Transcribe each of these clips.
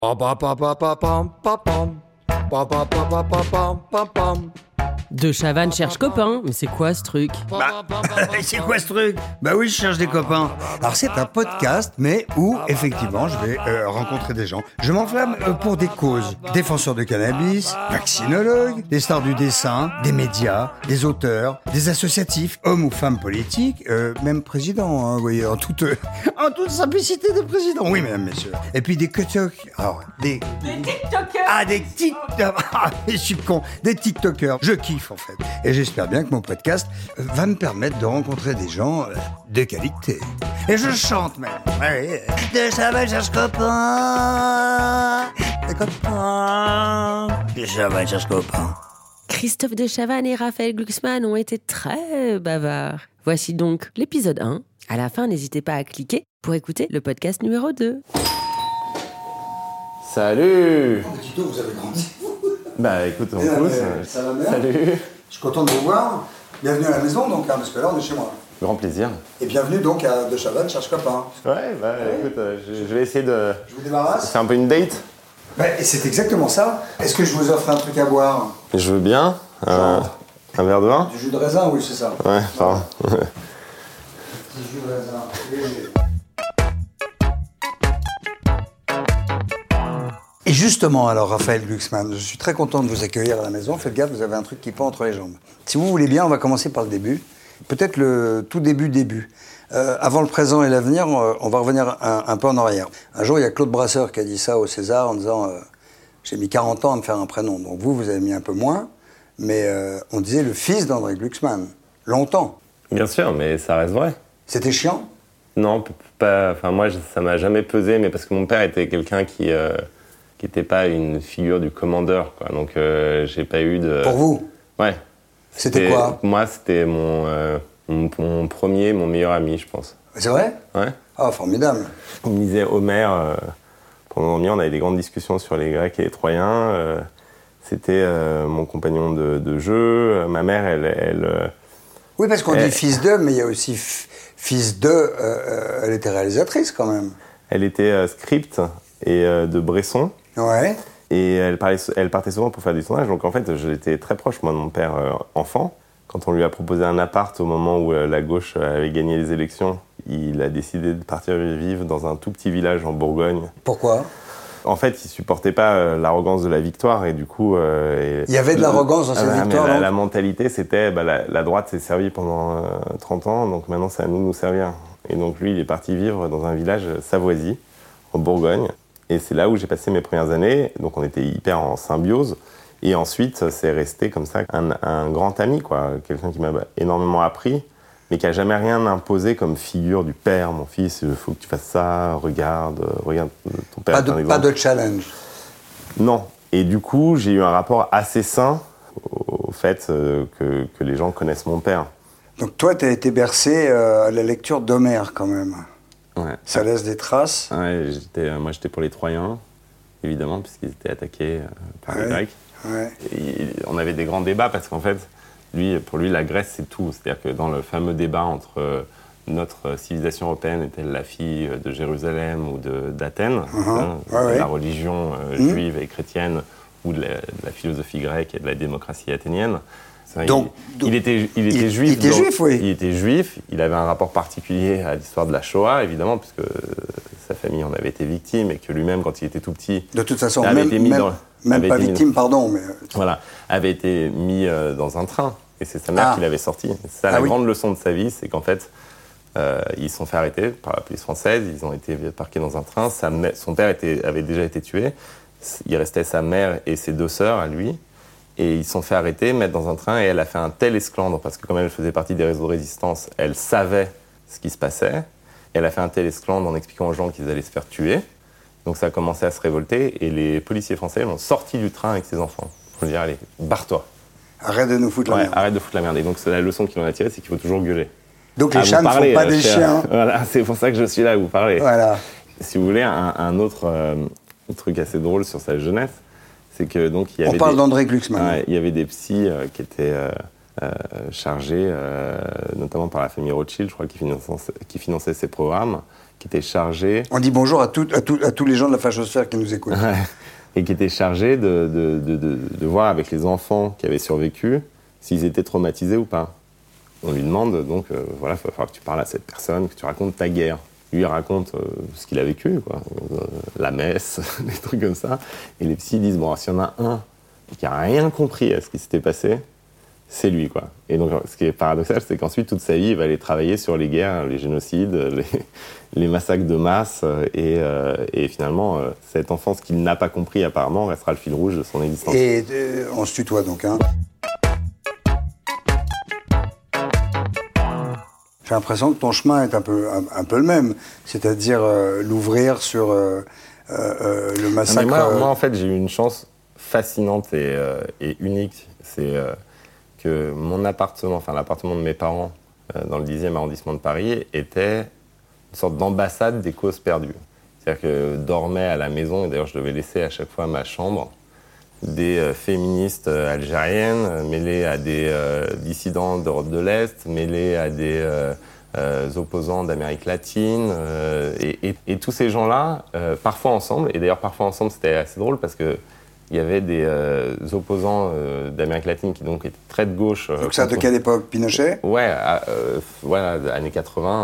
De Chavannes cherche copain, mais c'est quoi ce truc? C'est quoi ce truc? Bah oui, je cherche des copains. Alors c'est un podcast, mais où effectivement je vais rencontrer des gens. Je m'enflamme pour des causes. Défenseurs de cannabis, vaccinologues, des stars du dessin, des médias, des auteurs, des associatifs, hommes ou femmes politiques, même présidents, hein, vous voyez, en toute simplicité de président. Oui, mesdames, messieurs. Et puis des TikTok. Alors, des TikTokers. Ah, des TikTokers. Ah, je suis con. Des TikTokers. Je kiffe. En fait. Et j'espère bien que mon podcast va me permettre de rencontrer des gens de qualité. Et je chante même. Ouais. De Chavannes cherche copain. Des copains. De Chavannes cherche copain. Christophe de Chavannes et Raphaël Glucksmann ont été très bavards. Voici donc l'épisode 1. À la fin, n'hésitez pas à cliquer pour écouter le podcast numéro 2. Salut! Oh, Tito, vous avez grandi. Bah écoute, on pousse. Ça va bien? Salut! Je suis content de vous voir. Bienvenue à la maison, donc, parce que là, on est chez moi. Grand plaisir. Et bienvenue donc à De Chavannes cherche copain. Ouais, bah écoute, je vais essayer de... Je vous débarrasse? C'est un peu une date? Et c'est exactement ça. Est-ce que je vous offre un truc à boire? Je veux bien. Un verre de vin? Du jus de raisin, oui, c'est ça. Ouais, pardon. Petit jus de raisin léger. Et justement, alors, Raphaël Glucksmann, je suis très content de vous accueillir à la maison. Faites gaffe, vous avez un truc qui pend entre les jambes. Si vous voulez bien, on va commencer par le début. Peut-être le tout début. Avant le présent et l'avenir, on va revenir un peu en arrière. Un jour, il y a Claude Brasseur qui a dit ça au César en disant j'ai mis 40 ans à me faire un prénom. Donc vous avez mis un peu moins. Mais on disait le fils d'André Glucksmann. Longtemps. Bien sûr, mais ça reste vrai. C'était chiant? Non, pas... Enfin, moi, ça m'a jamais pesé, mais parce que mon père était quelqu'un qui n'était pas une figure du commandeur, quoi. Donc, j'ai pas eu de... Pour vous? Ouais. C'était quoi? Moi, c'était mon premier, mon meilleur ami, je pense. C'est vrai? Ouais. Ah, formidable. Il me disait Homère, pendant on avait des grandes discussions sur les Grecs et les Troyens. C'était mon compagnon de jeu. Ma mère, elle oui, parce qu'on dit fils de, mais il y a aussi fils de... elle était réalisatrice, quand même. Elle était script et de Bresson. Ouais. Et elle partait souvent pour faire des tournages. Donc en fait, j'étais très proche, moi, de mon père enfant. Quand on lui a proposé un appart au moment où la gauche avait gagné les élections, il a décidé de partir vivre dans un tout petit village en Bourgogne. Pourquoi? En fait, il supportait pas l'arrogance de la victoire et du coup... il y avait de l'arrogance dans cette victoire, mais la mentalité, c'était la droite s'est servie pendant 30 ans, donc maintenant c'est à nous de nous servir. Et donc lui, il est parti vivre dans un village savoisie, en Bourgogne. Et c'est là où j'ai passé mes premières années, donc on était hyper en symbiose. Et ensuite, c'est resté comme ça un grand ami, quoi. Quelqu'un qui m'a énormément appris, mais qui n'a jamais rien imposé comme figure du père. Mon fils, il faut que tu fasses ça, regarde ton père. Pas de challenge. Non. Et du coup, j'ai eu un rapport assez sain au fait que les gens connaissent mon père. Donc toi, tu as été bercé à la lecture d'Homère, quand même. Ouais. Ça laisse des traces. Ouais, moi, j'étais pour les Troyens, évidemment, puisqu'ils étaient attaqués par les Grecs. Ouais. Et on avait des grands débats parce qu'en fait, pour lui, la Grèce, c'est tout. C'est-à-dire que dans le fameux débat entre notre civilisation européenne est-elle la fille de Jérusalem ou d'Athènes, la religion juive et chrétienne, ou de la philosophie grecque et de la démocratie athénienne. Il était juif. Oui. Il était juif. Il avait un rapport particulier à l'histoire de la Shoah, évidemment, puisque sa famille en avait été victime et que lui-même, quand il était tout petit, de toute façon, même pas victime, pardon, mais voilà, avait été mis dans un train. Et c'est sa mère qui l'avait sorti. C'est ça la grande leçon de sa vie, c'est qu'en fait, ils se sont fait arrêter par la police française. Ils ont été parqués dans un train. Son père avait déjà été tué. Il restait sa mère et ses 2 sœurs à lui. Et ils se sont fait arrêter, mettre dans un train, et elle a fait un tel esclandre, parce que comme elle faisait partie des réseaux de résistance, elle savait ce qui se passait. Elle a fait un tel esclandre en expliquant aux gens qu'ils allaient se faire tuer. Donc ça a commencé à se révolter, et les policiers français l'ont sorti du train avec ses enfants. Pour lui dire, allez, barre-toi. Arrête de nous foutre la merde. Arrête de foutre la merde. Et donc c'est la leçon qu'il en a tirée, c'est qu'il faut toujours gueuler. Donc les chats ne font pas des chiens. Voilà, c'est pour ça que je suis là à vous parler. Voilà. Si vous voulez, un autre truc assez drôle sur sa jeunesse, c'est que donc il y avait... On parle d'André Glucksmann. Ouais, il y avait des psys qui étaient chargés, notamment par la famille Rothschild, je crois, qui finançait ces programmes, qui était chargé... On dit bonjour à tous les gens de la fachosphère qui nous écoutent. Ouais. Et qui était chargé de voir avec les enfants qui avaient survécu s'ils étaient traumatisés ou pas. On lui demande, donc, voilà, il va falloir que tu parles à cette personne, que tu racontes ta guerre. Lui, il raconte ce qu'il a vécu, quoi. La messe, des trucs comme ça. Et les psys disent, bon, s'il y en a un qui n'a rien compris à ce qui s'était passé, c'est lui, quoi. Et donc, ce qui est paradoxal, c'est qu'ensuite, toute sa vie, il va aller travailler sur les guerres, les génocides, les massacres de masse. Et finalement, cette enfance qu'il n'a pas compris, apparemment, restera le fil rouge de son existence. Et on se tutoie, donc, hein. J'ai l'impression que ton chemin est un peu le même. C'est-à-dire l'ouvrir sur le massacre... Moi, en fait, j'ai eu une chance fascinante et unique. C'est... que mon appartement, enfin l'appartement de mes parents dans le 10e arrondissement de Paris était une sorte d'ambassade des causes perdues. C'est-à-dire que dormaient à la maison, et d'ailleurs je devais laisser à chaque fois ma chambre, des féministes algériennes mêlées à des dissidents d'Europe de l'Est, mêlées à des opposants d'Amérique latine, et tous ces gens-là, parfois ensemble, et d'ailleurs parfois ensemble c'était assez drôle parce que il y avait des opposants d'Amérique latine qui donc étaient très de gauche. Donc ça, de quelle époque? Pinochet? Ouais, voilà, années 80,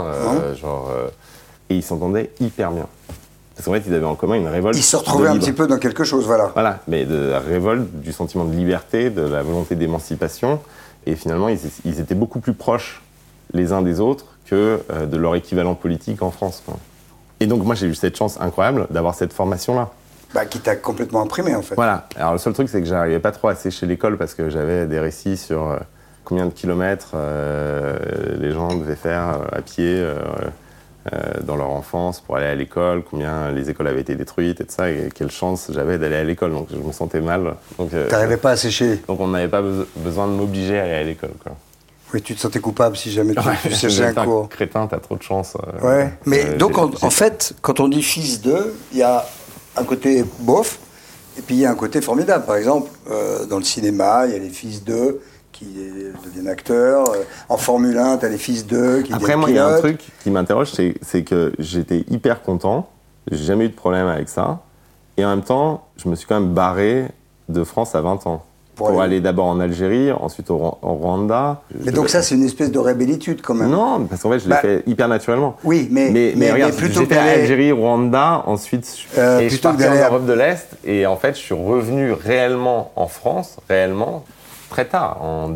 et ils s'entendaient hyper bien. Parce qu'en fait, ils avaient en commun une révolte. Ils se retrouvaient un petit peu dans quelque chose, voilà. Voilà, mais de la révolte, du sentiment de liberté, de la volonté d'émancipation. Et finalement, ils étaient beaucoup plus proches les uns des autres que de leur équivalent politique en France, quoi. Et donc moi, j'ai eu cette chance incroyable d'avoir cette formation-là. Qui t'a complètement imprimé, en fait. Voilà. Alors, le seul truc, c'est que j'arrivais pas trop à sécher l'école parce que j'avais des récits sur combien de kilomètres les gens devaient faire à pied dans leur enfance pour aller à l'école, combien les écoles avaient été détruites et tout ça, et quelle chance j'avais d'aller à l'école. Donc, je me sentais mal. T'arrivais pas à sécher. Donc, on n'avait pas besoin de m'obliger à aller à l'école, quoi. Oui, tu te sentais coupable si jamais tu séchais un cours. Crétin, t'as trop de chance. Ouais. Mais donc, en fait, quand on dit fils d'eux, il y a un côté bof, et puis il y a un côté formidable. Par exemple, dans le cinéma, il y a les fils d'eux qui deviennent acteurs. En Formule 1, tu as les fils d'eux qui deviennent pilotes. Après, moi, il y a un truc qui m'interroge, c'est que j'étais hyper content. J'ai jamais eu de problème avec ça. Et en même temps, je me suis quand même barré de France à 20 ans. Pour aller d'abord en Algérie, ensuite au Rwanda. Mais donc ça, c'est une espèce de rébellitude quand même. Non, parce qu'en fait, je l'ai fait hyper naturellement. Oui, mais regarde, plutôt j'étais en Algérie, Rwanda, ensuite je suis parti en Europe de l'Est, et en fait, je suis revenu réellement en France, très tard, en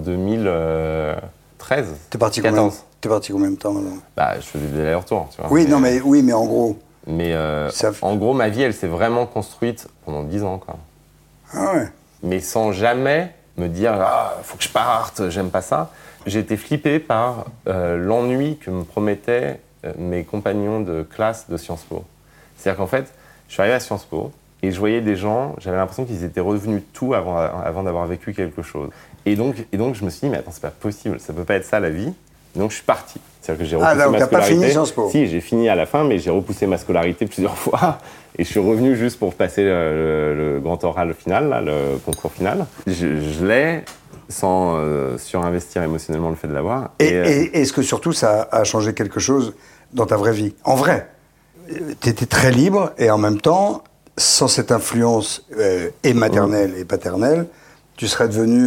2013. T'es parti combien de temps alors? Je faisais des allers-retours, tu vois. Oui, mais en gros. Mais en gros, ma vie, elle s'est vraiment construite pendant 10 ans, quoi. Ah ouais. Mais sans jamais me dire « faut que je parte, j'aime pas ça ». J'ai été flippé par l'ennui que me promettaient mes compagnons de classe de Sciences Po. C'est-à-dire qu'en fait, je suis arrivé à Sciences Po et je voyais des gens, j'avais l'impression qu'ils étaient revenus tout avant d'avoir vécu quelque chose. Et donc, je me suis dit « mais attends, c'est pas possible, ça peut pas être ça la vie ». Donc je suis parti. C'est-à-dire que j'ai repoussé ma scolarité. T'as pas fini Sciences Po? Si, j'ai fini à la fin, mais j'ai repoussé ma scolarité plusieurs fois. Et je suis revenu juste pour passer le grand oral final, là, le concours final. Je l'ai sans surinvestir émotionnellement le fait de l'avoir. Et est-ce que surtout ça a changé quelque chose dans ta vraie vie? En vrai, t'étais très libre et en même temps, sans cette influence et maternelle et paternelle, tu serais devenu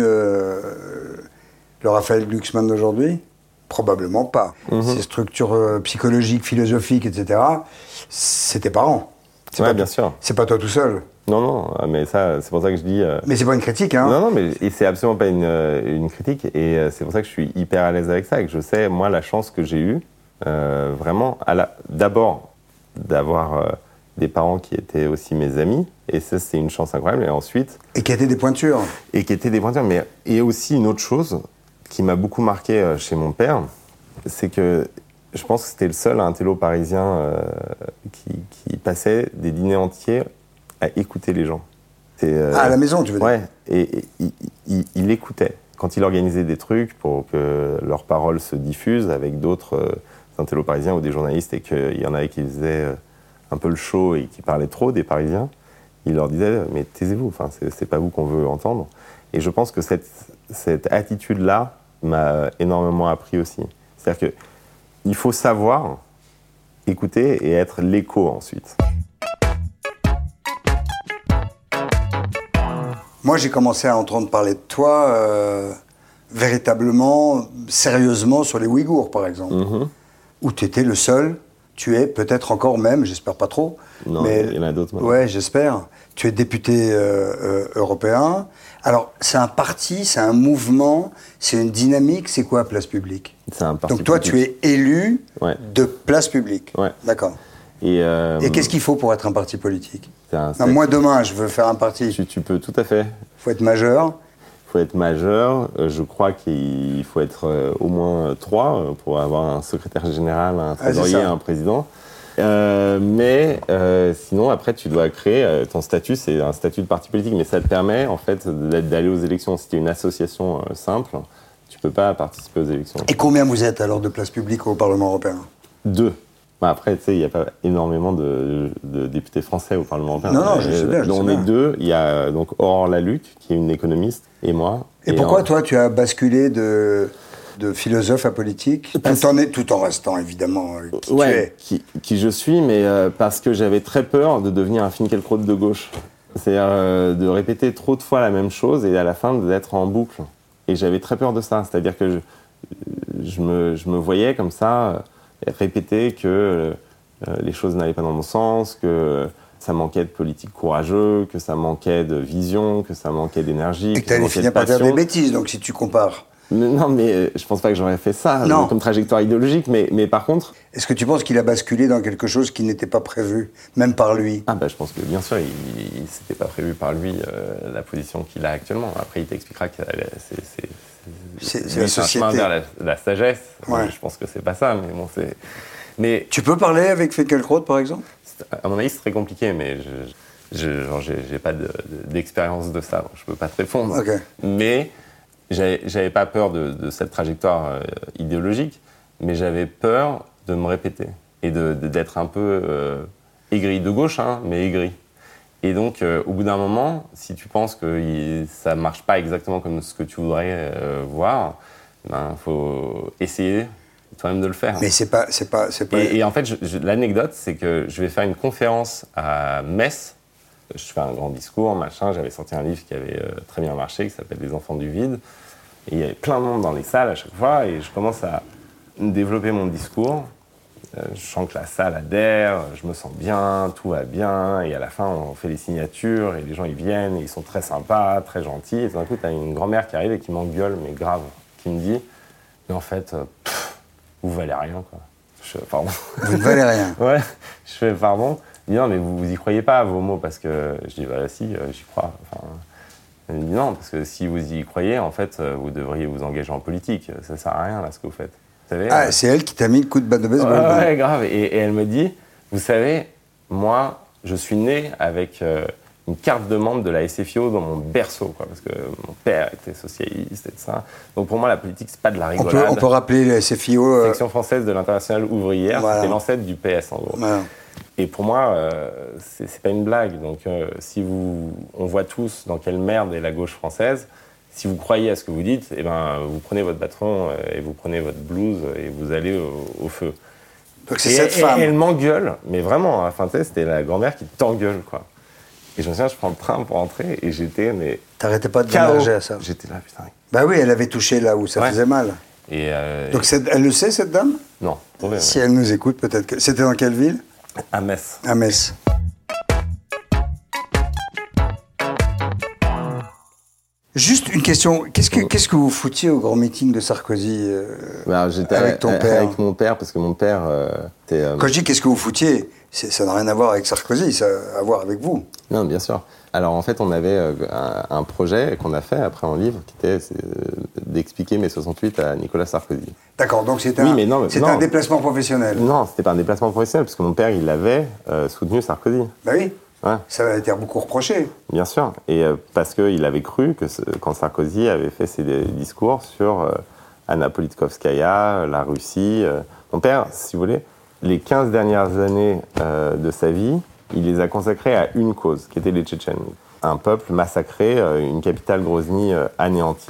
le Raphaël Glucksmann d'aujourd'hui? Probablement pas. Ces structures psychologiques, philosophiques, etc., c'est tes parents. Ouais, bien sûr. C'est pas toi tout seul. Non, mais ça, c'est pour ça que je dis... Mais c'est pas une critique, hein. Non, mais c'est absolument pas une critique, et c'est pour ça que je suis hyper à l'aise avec ça, et que je sais, moi, la chance que j'ai eue, vraiment, d'abord, d'avoir des parents qui étaient aussi mes amis, et ça, c'est une chance incroyable, et ensuite... Et qui étaient des pointures. Mais et aussi une autre chose qui m'a beaucoup marqué chez mon père, c'est que je pense que c'était le seul intello parisien qui passait des dîners entiers à écouter les gens. À la maison, tu veux dire? Ouais, et il écoutait. Quand il organisait des trucs pour que leurs paroles se diffusent avec d'autres intello parisiens ou des journalistes, et qu'il y en avait qui faisaient un peu le show et qui parlaient trop des Parisiens, il leur disait « mais taisez-vous, enfin, c'est pas vous qu'on veut entendre ». Et je pense que cette attitude-là m'a énormément appris aussi. C'est-à-dire qu'il faut savoir écouter et être l'écho ensuite. Moi, j'ai commencé à entendre parler de toi véritablement, sérieusement, sur les Ouïghours, par exemple, où tu étais le seul. Tu es peut-être encore même, j'espère pas trop. Non, mais il y en a d'autres maintenant. Ouais, j'espère. Tu es député européen. Alors, c'est un parti, c'est un mouvement, c'est une dynamique. C'est quoi, Place Publique ? C'est un parti Donc toi, politique. tu es élu de Place Publique. Ouais. D'accord. Et qu'est-ce qu'il faut pour être un parti politique ? Moi, demain, je veux faire un parti. Tu peux, tout à fait. Il faut être majeur. Il faut être majeur. Je crois qu'il faut être au moins 3 pour avoir un secrétaire général, un trésorier, un président. Mais sinon, après, tu dois créer ton statut. C'est un statut de parti politique, mais ça te permet en fait d'aller aux élections. Si tu es une association simple, tu peux pas participer aux élections. Et combien vous êtes alors de Place Publique au Parlement européen ? 2. Après, tu sais, il n'y a pas énormément de députés français au Parlement européen. Non, je sais bien. On est 2. Il y a donc Aurore Laluc, qui est une économiste, et moi. Et pourquoi, toi, tu as basculé de philosophe à politique, tout en restant, évidemment, qui tu es ? Qui je suis, mais parce que j'avais très peur de devenir un Finkielkraut de gauche. C'est-à-dire de répéter trop de fois la même chose et à la fin d'être en boucle. Et j'avais très peur de ça. C'est-à-dire que je me voyais comme ça... répéter que les choses n'allaient pas dans mon sens, que ça manquait de politique courageux, que ça manquait de vision, que ça manquait d'énergie. Et que tu allais finir par faire des bêtises, donc si tu compares. Non, mais je pense pas que j'aurais fait ça comme trajectoire idéologique, mais par contre... Est-ce que tu penses qu'il a basculé dans quelque chose qui n'était pas prévu, même par lui ? Je pense que bien sûr, il s'était pas prévu par lui la position qu'il a actuellement. Après, il t'expliquera que c'est la société. Un chemin vers la sagesse. Ouais. Je pense que c'est pas ça, mais bon, c'est... Mais tu peux parler avec Finkielkraut, par exemple ? À mon avis, c'est très compliqué, mais j'ai pas d'expérience de ça, donc je peux pas te répondre. Okay. Mais j'avais pas peur de cette trajectoire idéologique, mais j'avais peur de me répéter et d'être un peu aigri, de gauche, mais aigri. Et donc, au bout d'un moment, si tu penses que ça marche pas exactement comme ce que tu voudrais voir, faut essayer toi-même de le faire. Mais c'est pas... Et en fait, l'anecdote, c'est que je vais faire une conférence à Metz. Je fais un grand discours, machin. J'avais sorti un livre qui avait très bien marché, qui s'appelle « Les enfants du vide ». Et il y avait plein de monde dans les salles à chaque fois, et je commence à développer mon discours. Je sens que la salle adhère, je me sens bien, tout va bien, et à la fin, on fait les signatures, et les gens, ils viennent, et ils sont très sympas, très gentils, et tout d'un coup, t'as une grand-mère qui arrive et qui m'engueule, mais grave, qui me dit, mais en fait, vous valez rien, quoi. Je fais, pardon. Vous ne valez rien. Ouais, je fais, pardon. Il dit, non, mais vous y croyez pas à vos mots, parce que, je dis, si, j'y crois. Elle me dit, non, parce que si vous y croyez, en fait, vous devriez vous engager en politique, ça sert à rien, là, ce que vous faites. Vous savez, c'est elle qui t'a mis le coup de batte de baseball. Ouais, grave. Et elle me dit, vous savez, moi, je suis né avec une carte de membre de la SFIO dans mon berceau, quoi, parce que mon père était socialiste et tout ça. Donc pour moi, la politique, c'est pas de la rigolade. On peut rappeler la SFIO... Section française de l'Internationale ouvrière, voilà. C'était l'ancêtre du PS, en gros. Voilà. Et pour moi, c'est pas une blague. Donc si on voit tous dans quelle merde est la gauche française. Si vous croyez à ce que vous dites, vous prenez votre patron et vous prenez votre blouse et vous allez au feu. Donc c'est cette femme. Et elle m'engueule, mais vraiment, c'était la grand-mère qui t'engueule, quoi. Et je me souviens, je prends le train pour rentrer et j'étais, T'arrêtais pas de démerger à ça. J'étais là, putain. Bah oui, elle avait touché là où ça faisait mal. Donc elle le sait, cette dame ? Non. Si elle nous écoute, peut-être que... C'était dans quelle ville ? À Metz. À Metz. Juste une question, qu'est-ce que vous foutiez au grand meeting de Sarkozy j'étais avec ton père ? Avec mon père, parce que mon père était... Quand je dis qu'est-ce que vous foutiez, ça n'a rien à voir avec Sarkozy, ça a à voir avec vous. Non, bien sûr. Alors en fait, on avait un projet qu'on a fait après en livre, qui était d'expliquer mai 68 à Nicolas Sarkozy. D'accord, donc c'était un déplacement professionnel. Non, c'était pas un déplacement professionnel, parce que mon père, il avait soutenu Sarkozy. Bah oui. Ouais. Ça a été beaucoup reproché. Bien sûr, et parce qu'il avait cru que quand Sarkozy avait fait ses discours sur Anna Politkovskaya, la Russie, mon père, si vous voulez, les 15 dernières années de sa vie, il les a consacrées à une cause, qui était les Tchétchènes. Un peuple massacré, une capitale Grozny anéantie,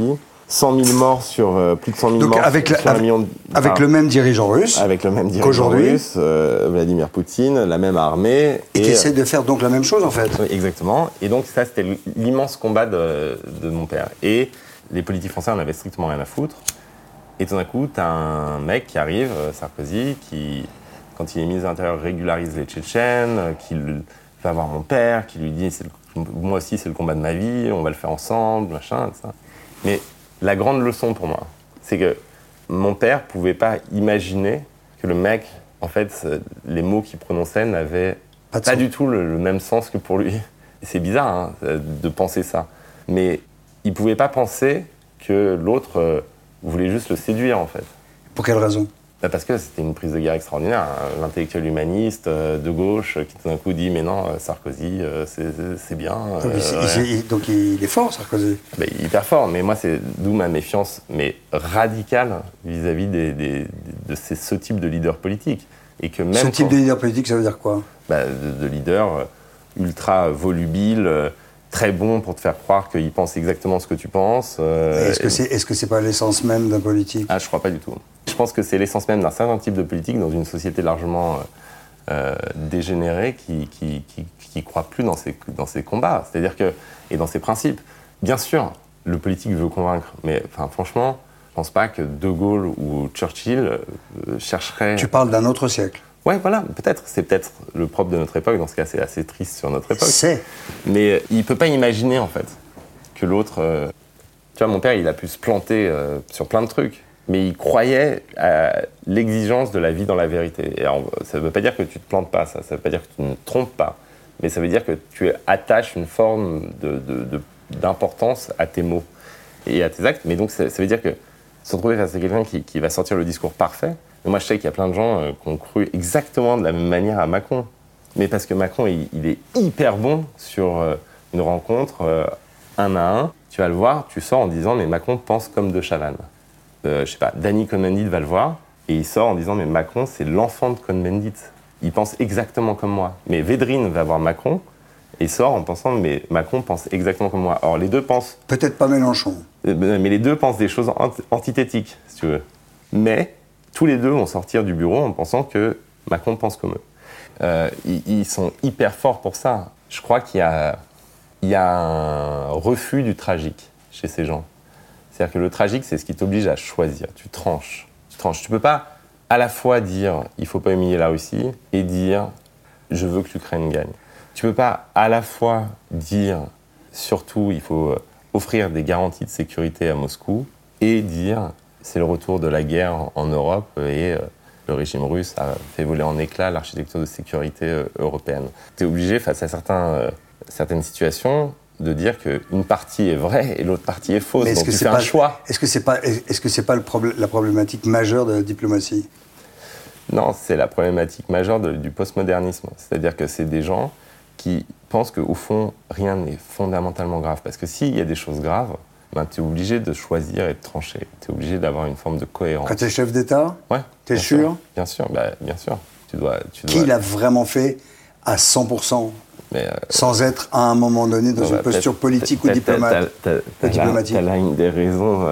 100 000 morts sur plus de 100 000 Donc morts avec sur un million avec le même dirigeant russe. Avec le même dirigeant qu'aujourd'hui, russe, Vladimir Poutine, la même armée. Et qui essaie de faire donc la même chose en fait. Exactement. Et donc ça, c'était l'immense combat de mon père. Et les politiques français en avaient strictement rien à foutre. Et tout d'un coup, t'as un mec qui arrive, Sarkozy, qui, quand il est ministre de l'Intérieur, régularise les Tchétchènes, qui va voir mon père, qui lui dit moi aussi c'est le combat de ma vie, on va le faire ensemble, machin, etc. Mais la grande leçon pour moi, c'est que mon père pouvait pas imaginer que le mec, en fait, les mots qu'il prononçait n'avaient pas du tout le même sens que pour lui. Et c'est bizarre hein, de penser ça. Mais il pouvait pas penser que l'autre voulait juste le séduire, en fait. Pour quelle raison ? Parce que c'était une prise de guerre extraordinaire. Hein. L'intellectuel humaniste de gauche qui tout d'un coup dit « Mais non, Sarkozy, c'est bien. » Donc il est fort, Sarkozy. Ben, hyper fort, mais moi, c'est d'où ma méfiance mais radicale vis-à-vis de ce type de leader politique. Et que même type de leader politique, ça veut dire quoi ? De leader ultra volubile, très bon pour te faire croire qu'il pense exactement ce que tu penses. Est-ce que c'est pas l'essence même d'un politique ? Ah, je crois pas du tout. Je pense que c'est l'essence même d'un certain type de politique dans une société largement dégénérée qui croit plus dans ses combats, c'est-à-dire que et dans ses principes. Bien sûr, le politique veut convaincre, mais franchement, je pense pas que De Gaulle ou Churchill chercheraient. Tu parles d'un autre siècle. Ouais, voilà, peut-être. C'est peut-être le propre de notre époque. Dans ce cas, c'est assez triste sur notre époque. C'est. Mais il peut pas imaginer en fait que l'autre. Tu vois, mon père, il a pu se planter sur plein de trucs. Mais il croyait à l'exigence de la vie dans la vérité. Et alors, ça ne veut pas dire que tu ne te plantes pas, ça ne veut pas dire que tu ne te trompes pas, mais ça veut dire que tu attaches une forme d'importance à tes mots et à tes actes. Mais donc, ça veut dire que se retrouver face à quelqu'un qui va sortir le discours parfait. Mais moi, je sais qu'il y a plein de gens qui ont cru exactement de la même manière à Macron. Mais parce que Macron, il est hyper bon sur une rencontre, un à un. Tu vas le voir, tu sors en disant « Mais Macron pense comme De Chavannes ». Je sais pas, Danny Cohn-Bendit va le voir et il sort en disant mais Macron c'est l'enfant de Cohn-Bendit. Il pense exactement comme moi. Mais Védrine va voir Macron et il sort en pensant mais Macron pense exactement comme moi. Or les deux pensent. Peut-être pas Mélenchon. Mais les deux pensent des choses antithétiques si tu veux. Mais tous les deux vont sortir du bureau en pensant que Macron pense comme eux. Ils sont hyper forts pour ça. Je crois qu'il y a un refus du tragique chez ces gens. C'est-à-dire que le tragique, c'est ce qui t'oblige à choisir. Tu tranches. Tu peux pas à la fois dire « il faut pas humilier la Russie » et dire « je veux que l'Ukraine gagne ». Tu peux pas à la fois dire « surtout, il faut offrir des garanties de sécurité à Moscou » et dire « c'est le retour de la guerre en Europe et le régime russe a fait voler en éclats l'architecture de sécurité européenne ». Tu es obligé, face à certaines situations, de dire qu'une partie est vraie et l'autre partie est fausse. Donc tu fais un choix. Est-ce que c'est pas la problématique majeure de la diplomatie ? Non, c'est la problématique majeure du postmodernisme. C'est-à-dire que c'est des gens qui pensent qu'au fond, rien n'est fondamentalement grave. Parce que s'il y a des choses graves, tu es obligé de choisir et de trancher. Tu es obligé d'avoir une forme de cohérence. Quand tu es chef d'État ? Ouais. T'es sûr ? Bien sûr, bien sûr. Qui l'a vraiment fait à 100% ? Sans être à un moment donné dans une posture politique ou diplomatique. T'as là une des raisons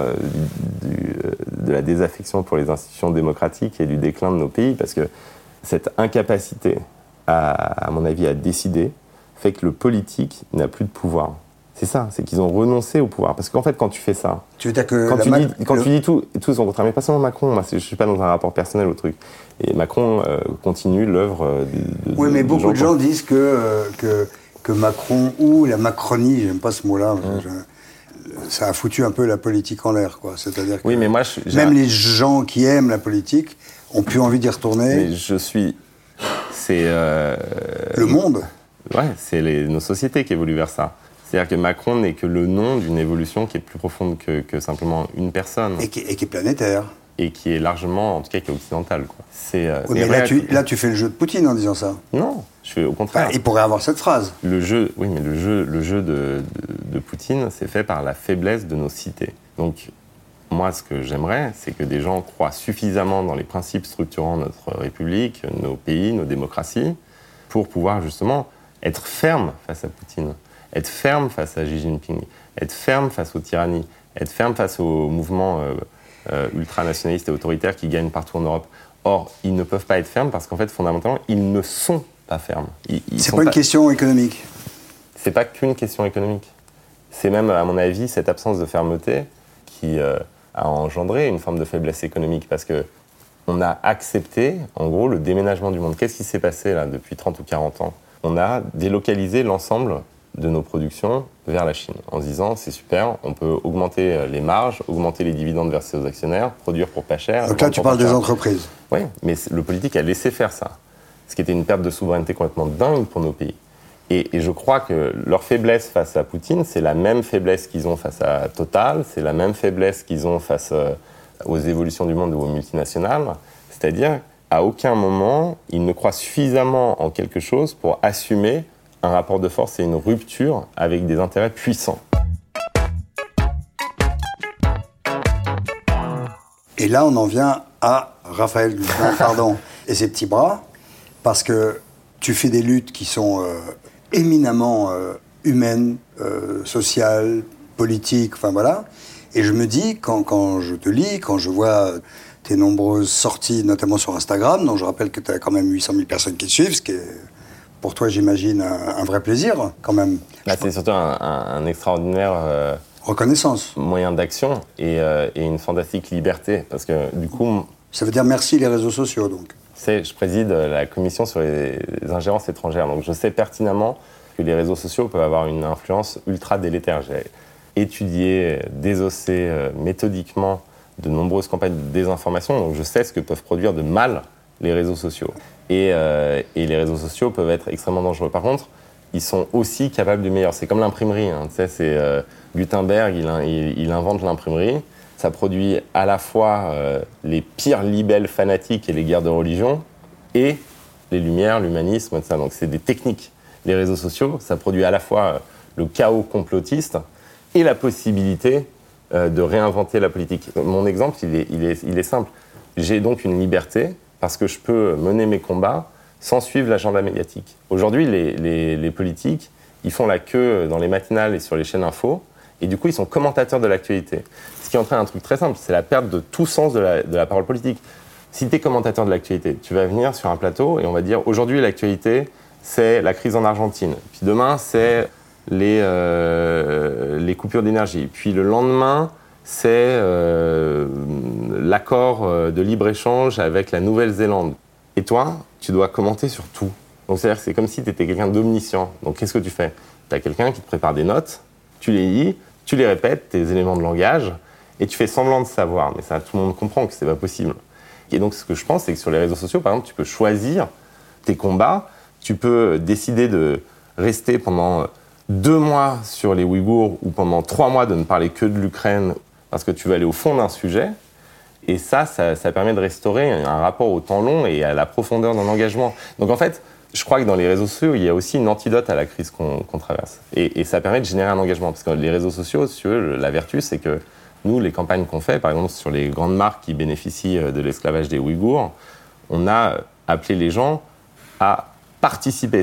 de la désaffection pour les institutions démocratiques et du déclin de nos pays, parce que cette incapacité, à mon avis, à décider, fait que le politique n'a plus de pouvoir. C'est ça, c'est qu'ils ont renoncé au pouvoir. Parce qu'en fait, quand tu fais ça, tu veux dire que quand tu dis tout son contraire, mais pas seulement Macron, moi je suis pas dans un rapport personnel au truc. Et Macron continue l'œuvre de oui, mais beaucoup de gens disent que Macron ou la Macronie, j'aime pas ce mot-là, ça a foutu un peu la politique en l'air, quoi. C'est-à-dire que mais moi, même les gens qui aiment la politique ont plus envie d'y retourner. Mais c'est le monde. Ouais, c'est nos sociétés qui évoluent vers ça. C'est-à-dire que Macron n'est que le nom d'une évolution qui est plus profonde que simplement une personne. Et qui est planétaire. Et qui est largement, en tout cas, qui est occidentale, quoi. Oui, mais là, tu fais le jeu de Poutine en disant ça. Non, je fais au contraire. Il pourrait avoir cette phrase. Le jeu de Poutine, c'est fait par la faiblesse de nos cités. Donc, moi, ce que j'aimerais, c'est que des gens croient suffisamment dans les principes structurant notre République, nos pays, nos démocraties, pour pouvoir justement être ferme face à Poutine, être ferme face à Xi Jinping, être ferme face aux tyrannies, être ferme face aux mouvements ultranationalistes et autoritaires qui gagnent partout en Europe. Or, ils ne peuvent pas être fermes parce qu'en fait, fondamentalement, ils ne sont pas fermes. C'est pas une question économique. C'est pas qu'une question économique. C'est même, à mon avis, cette absence de fermeté qui a engendré une forme de faiblesse économique parce que on a accepté, en gros, le déménagement du monde. Qu'est-ce qui s'est passé là depuis 30 ou 40 ans ? On a délocalisé l'ensemble de nos productions vers la Chine, en se disant c'est super, on peut augmenter les marges, augmenter les dividendes versés aux actionnaires, produire pour pas cher. Donc là, tu parles des entreprises. Oui, mais le politique a laissé faire ça, ce qui était une perte de souveraineté complètement dingue pour nos pays. Et je crois que leur faiblesse face à Poutine, c'est la même faiblesse qu'ils ont face à Total, c'est la même faiblesse qu'ils ont face aux évolutions du monde ou aux multinationales, c'est-à-dire à aucun moment, ils ne croient suffisamment en quelque chose pour assumer un rapport de force et une rupture avec des intérêts puissants. Et là, on en vient à Raphaël Glucksmann, pardon, et ses petits bras, parce que tu fais des luttes qui sont éminemment humaines, sociales, politiques, enfin voilà. Et je me dis, quand je te lis, quand je vois tes nombreuses sorties, notamment sur Instagram, dont je rappelle que tu as quand même 800 000 personnes qui te suivent, ce qui est pour toi, j'imagine, un vrai plaisir, quand même. C'est surtout un extraordinaire reconnaissance, moyen d'action et une fantastique liberté. Parce que, du coup... Ça veut dire merci les réseaux sociaux, donc. Je préside la commission sur les ingérences étrangères. Donc, je sais pertinemment que les réseaux sociaux peuvent avoir une influence ultra délétère. J'ai étudié, désossé méthodiquement de nombreuses campagnes de désinformation. Donc, je sais ce que peuvent produire de mal les réseaux sociaux. Et les réseaux sociaux peuvent être extrêmement dangereux. Par contre, ils sont aussi capables du meilleur. C'est comme l'imprimerie. Tu sais, c'est Gutenberg, il invente l'imprimerie. Ça produit à la fois les pires libelles fanatiques et les guerres de religion, et les Lumières, l'humanisme, etc. Donc c'est des techniques. Les réseaux sociaux, ça produit à la fois le chaos complotiste et la possibilité de réinventer la politique. Mon exemple, il est simple. J'ai donc une liberté parce que je peux mener mes combats sans suivre l'agenda médiatique. Aujourd'hui, les politiques, ils font la queue dans les matinales et sur les chaînes info, et du coup, ils sont commentateurs de l'actualité. Ce qui entraîne un truc très simple, c'est la perte de tout sens de la parole politique. Si tu es commentateur de l'actualité, tu vas venir sur un plateau et on va dire aujourd'hui, l'actualité, c'est la crise en Argentine. Puis demain, c'est les coupures d'énergie. Puis le lendemain, c'est l'accord de libre-échange avec la Nouvelle-Zélande. Et toi, tu dois commenter sur tout. Donc c'est-à-dire que c'est comme si tu étais quelqu'un d'omniscient. Donc qu'est-ce que tu fais ? Tu as quelqu'un qui te prépare des notes, tu les lis, tu les répètes, tes éléments de langage, et tu fais semblant de savoir. Mais ça, tout le monde comprend que c'est pas possible. Et donc ce que je pense, c'est que sur les réseaux sociaux, par exemple, tu peux choisir tes combats, tu peux décider de rester pendant 2 mois sur les Ouïghours ou pendant 3 mois de ne parler que de l'Ukraine parce que tu vas aller au fond d'un sujet. Et ça permet de restaurer un rapport au temps long et à la profondeur d'un engagement. Donc en fait, je crois que dans les réseaux sociaux, il y a aussi une antidote à la crise qu'on traverse. Et ça permet de générer un engagement. Parce que les réseaux sociaux, si tu veux, la vertu, c'est que nous, les campagnes qu'on fait, par exemple sur les grandes marques qui bénéficient de l'esclavage des Ouïghours, on a appelé les gens à participer.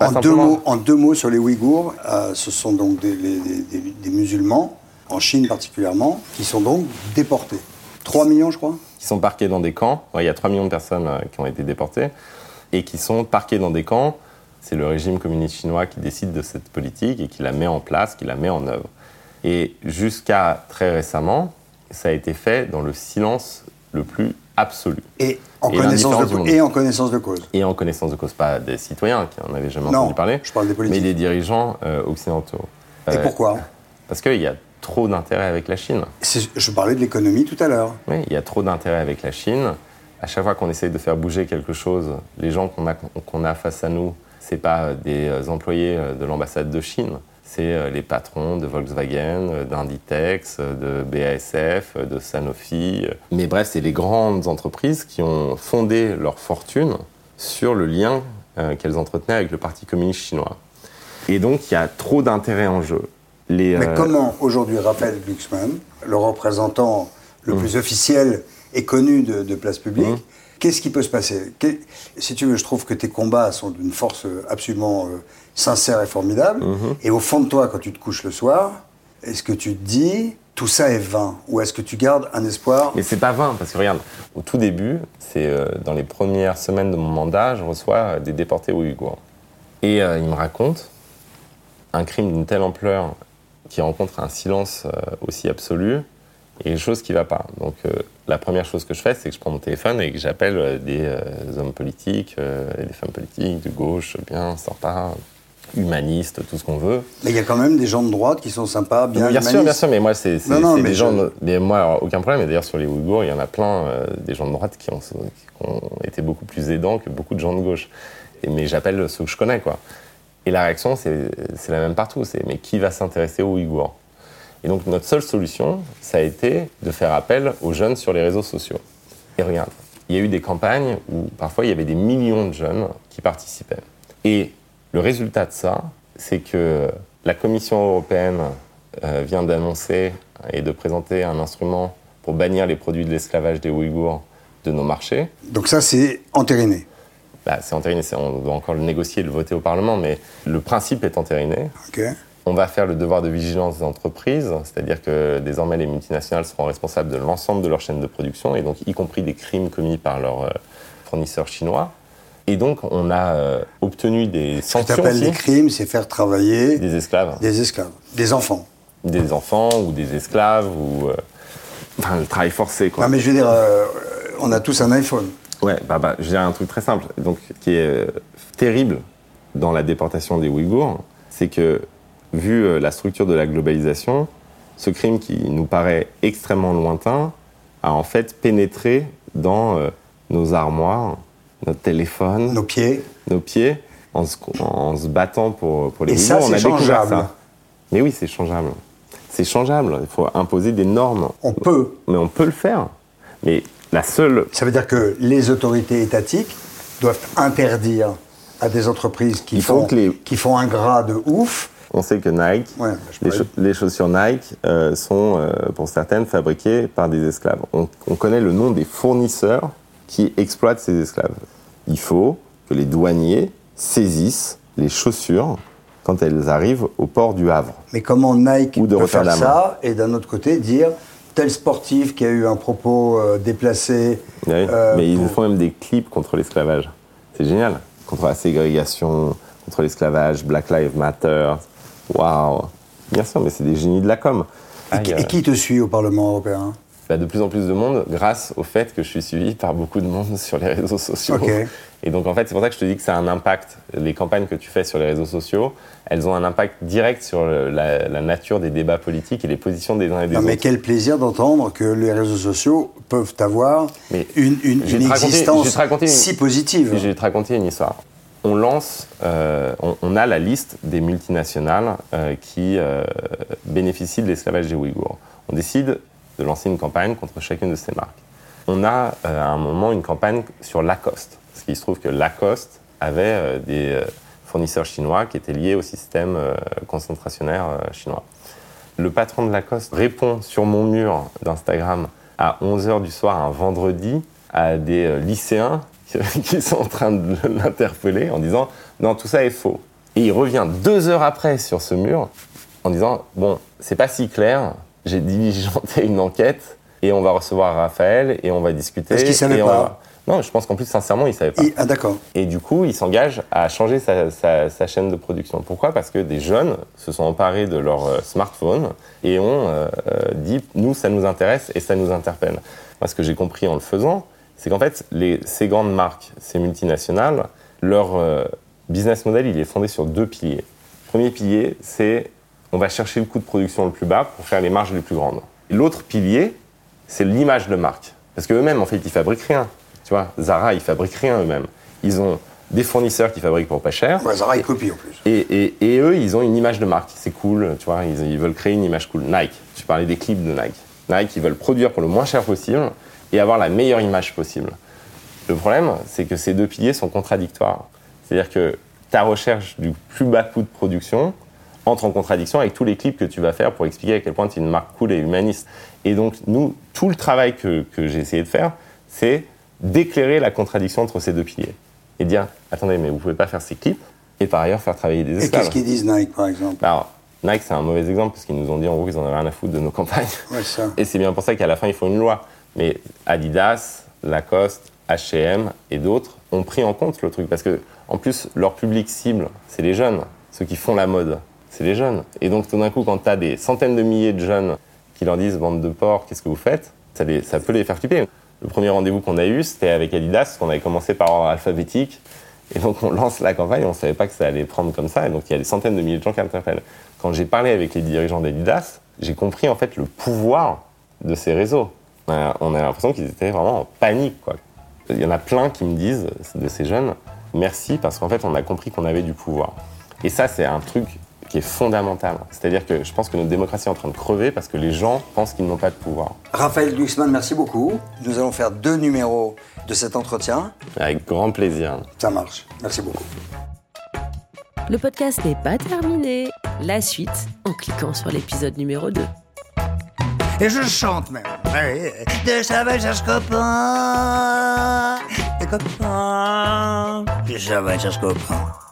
En 2 mots sur les Ouïghours, ce sont donc des musulmans, en Chine particulièrement, qui sont donc déportés. 3 millions, je crois. Qui sont parqués dans des camps. Ouais, il y a 3 millions de personnes qui ont été déportées et qui sont parquées dans des camps. C'est le régime communiste chinois qui décide de cette politique et qui la met en place, qui la met en œuvre. Et jusqu'à très récemment, ça a été fait dans le silence le plus absolu. Et en connaissance de cause. Et en connaissance de cause. Pas des citoyens qui n'en avaient jamais entendu parler, je parle des politiques. Mais des dirigeants occidentaux. Et pourquoi ? Parce qu'il y a trop d'intérêt avec la Chine. Je parlais de l'économie tout à l'heure. Oui, il y a trop d'intérêt avec la Chine. À chaque fois qu'on essaye de faire bouger quelque chose, les gens qu'on a face à nous, c'est pas des employés de l'ambassade de Chine, c'est les patrons de Volkswagen, d'Inditex, de BASF, de Sanofi. Mais bref, c'est les grandes entreprises qui ont fondé leur fortune sur le lien qu'elles entretenaient avec le Parti communiste chinois. Et donc, il y a trop d'intérêt en jeu. Mais comment, aujourd'hui, Raphaël Glucksmann, le représentant le plus officiel et connu de Place Publique, qu'est-ce qui peut se passer ? Si tu veux, je trouve que tes combats sont d'une force absolument sincère et formidable. Et au fond de toi, quand tu te couches le soir, est-ce que tu te dis, tout ça est vain? Ou est-ce que tu gardes un espoir? Mais c'est pas vain, parce que regarde, au tout début, c'est dans les premières semaines de mon mandat, je reçois des déportés ouïghours. Et ils me racontent un crime d'une telle ampleur qui rencontre un silence aussi absolu et quelque chose qui ne va pas. Donc la première chose que je fais, c'est que je prends mon téléphone et que j'appelle des hommes politiques et des femmes politiques, de gauche, bien, sympas, humanistes, tout ce qu'on veut. Mais il y a quand même des gens de droite qui sont sympas, bien humanistes. Bien sûr, mais moi, c'est des gens... Mais moi, alors, aucun problème. Et d'ailleurs, sur les Ouïghours, il y en a plein, des gens de droite qui ont été beaucoup plus aidants que beaucoup de gens de gauche. Mais j'appelle ceux que je connais, quoi. Et la réaction, c'est la même partout. C'est, mais qui va s'intéresser aux Ouïghours? Et donc, notre seule solution, ça a été de faire appel aux jeunes sur les réseaux sociaux. Et regarde, il y a eu des campagnes où, parfois, il y avait des millions de jeunes qui participaient. Et le résultat de ça, c'est que la Commission européenne vient d'annoncer et de présenter un instrument pour bannir les produits de l'esclavage des Ouïghours de nos marchés. Donc ça, c'est entériné. Bah, c'est entériné, on doit encore le négocier et le voter au Parlement, mais le principe est entériné. Okay. On va faire le devoir de vigilance des entreprises, c'est-à-dire que désormais les multinationales seront responsables de l'ensemble de leur chaîne de production, et donc y compris des crimes commis par leurs fournisseurs chinois. Et donc on a obtenu des sanctions. Ce que tu appelles les crimes, c'est faire travailler des esclaves. Des esclaves. Des enfants. Des enfants ou des esclaves, ou enfin le travail forcé, quoi. Non mais je veux dire, on a tous un iPhone. Ouais, je dirais un truc très simple, donc qui est terrible dans la déportation des Ouïghours, c'est que, vu la structure de la globalisation, ce crime qui nous paraît extrêmement lointain a en fait pénétré dans nos armoires, notre téléphone, nos pieds, en se battant pour les Ouïghours. Et ça, c'est changeable. Ça. Mais oui, c'est changeable. C'est changeable. Il faut imposer des normes. On peut. Mais on peut le faire. Mais la seule... Ça veut dire que les autorités étatiques doivent interdire à des entreprises qui font un gras de ouf. On sait que Nike, les chaussures Nike sont, pour certaines, fabriquées par des esclaves. On connaît le nom des fournisseurs qui exploitent ces esclaves. Il faut que les douaniers saisissent les chaussures quand elles arrivent au port du Havre. Mais comment Nike peut faire ça et d'un autre côté dire tel sportif qui a eu un propos déplacé... Oui, mais ils font même des clips contre l'esclavage. C'est génial. Contre la ségrégation, contre l'esclavage, Black Lives Matter. Waouh. Bien sûr, mais c'est des génies de la com. Et qui te suit au Parlement européen ? De plus en plus de monde, grâce au fait que je suis suivi par beaucoup de monde sur les réseaux sociaux. Okay. Et donc, en fait, c'est pour ça que je te dis que ça a un impact. Les campagnes que tu fais sur les réseaux sociaux, elles ont un impact direct sur la nature des débats politiques et les positions des uns et des autres. Mais quel plaisir d'entendre que les réseaux sociaux peuvent avoir une existence si positive. Je vais te raconter une histoire. On lance, on a la liste des multinationales qui bénéficient de l'esclavage des Ouïghours. On décide de lancer une campagne contre chacune de ces marques. On a à un moment une campagne sur Lacoste, parce qu'il se trouve que Lacoste avait des fournisseurs chinois qui étaient liés au système concentrationnaire chinois. Le patron de Lacoste répond sur mon mur d'Instagram à 11h du soir un vendredi à des lycéens qui sont en train de l'interpeller en disant « Non, tout ça est faux ». Et il revient 2 heures après sur ce mur en disant « Bon, c'est pas si clair, j'ai diligenté une enquête et on va recevoir Raphaël et on va discuter. » Est-ce qu'il savait pas ? Non, je pense qu'en plus, sincèrement, il ne savait pas. Ah, d'accord. Et du coup, il s'engage à changer sa chaîne de production. Pourquoi ? Parce que des jeunes se sont emparés de leur smartphone et ont dit « Nous, ça nous intéresse et ça nous interpelle ». Moi, ce que j'ai compris en le faisant, c'est qu'en fait, ces grandes marques, ces multinationales, leur business model, il est fondé sur 2 piliers. Le premier pilier, c'est on va chercher le coût de production le plus bas pour faire les marges les plus grandes. Et l'autre pilier, c'est l'image de marque. Parce qu'eux-mêmes, en fait, ils fabriquent rien. Tu vois, Zara, ils fabriquent rien eux-mêmes. Ils ont des fournisseurs qui fabriquent pour pas cher. Ouais, Zara, ils copient en plus. Et eux, ils ont une image de marque. C'est cool, tu vois, ils veulent créer une image cool. Nike, tu parlais des clips de Nike. Nike, ils veulent produire pour le moins cher possible et avoir la meilleure image possible. Le problème, c'est que ces 2 piliers sont contradictoires. C'est-à-dire que ta recherche du plus bas coût de production entre en contradiction avec tous les clips que tu vas faire pour expliquer à quel point tu es une marque cool et humaniste. Et donc, nous, tout le travail que j'ai essayé de faire, c'est d'éclairer la contradiction entre ces 2 piliers. Et dire, attendez, mais vous ne pouvez pas faire ces clips et par ailleurs faire travailler des esclaves. Et qu'est-ce qu'ils disent Nike, par exemple ? Alors, Nike, c'est un mauvais exemple parce qu'ils nous ont dit en gros qu'ils en avaient rien à foutre de nos campagnes. Ouais, ça. Et c'est bien pour ça qu'à la fin, ils font une loi. Mais Adidas, Lacoste, H&M et d'autres ont pris en compte le truc. Parce que, en plus, leur public cible, c'est les jeunes. Ceux qui font la mode, c'est les jeunes. Et donc, tout d'un coup, quand tu as des centaines de milliers de jeunes qui leur disent « bande de porcs, qu'est-ce que vous faites ?» ça peut les faire flipper. Le premier rendez-vous qu'on a eu, c'était avec Adidas, parce qu'on avait commencé par ordre alphabétique. Et donc, on lance la campagne, on ne savait pas que ça allait prendre comme ça. Et donc, il y a des centaines de milliers de gens qui interpellent. Quand j'ai parlé avec les dirigeants d'Adidas, j'ai compris en fait le pouvoir de ces réseaux. On a l'impression qu'ils étaient vraiment en panique, quoi. Il y en a plein qui me disent, de ces jeunes, merci, parce qu'en fait, on a compris qu'on avait du pouvoir. Et ça, c'est un truc qui est fondamental. C'est-à-dire que je pense que notre démocratie est en train de crever parce que les gens pensent qu'ils n'ont pas de pouvoir. Raphaël Glucksmann, merci beaucoup. Nous allons faire 2 numéros de cet entretien. Avec grand plaisir. Ça marche. Merci beaucoup. Le podcast n'est pas terminé. La suite en cliquant sur l'épisode numéro 2. Et je chante même. De sauvages copains. Des copains. De sauvages copains.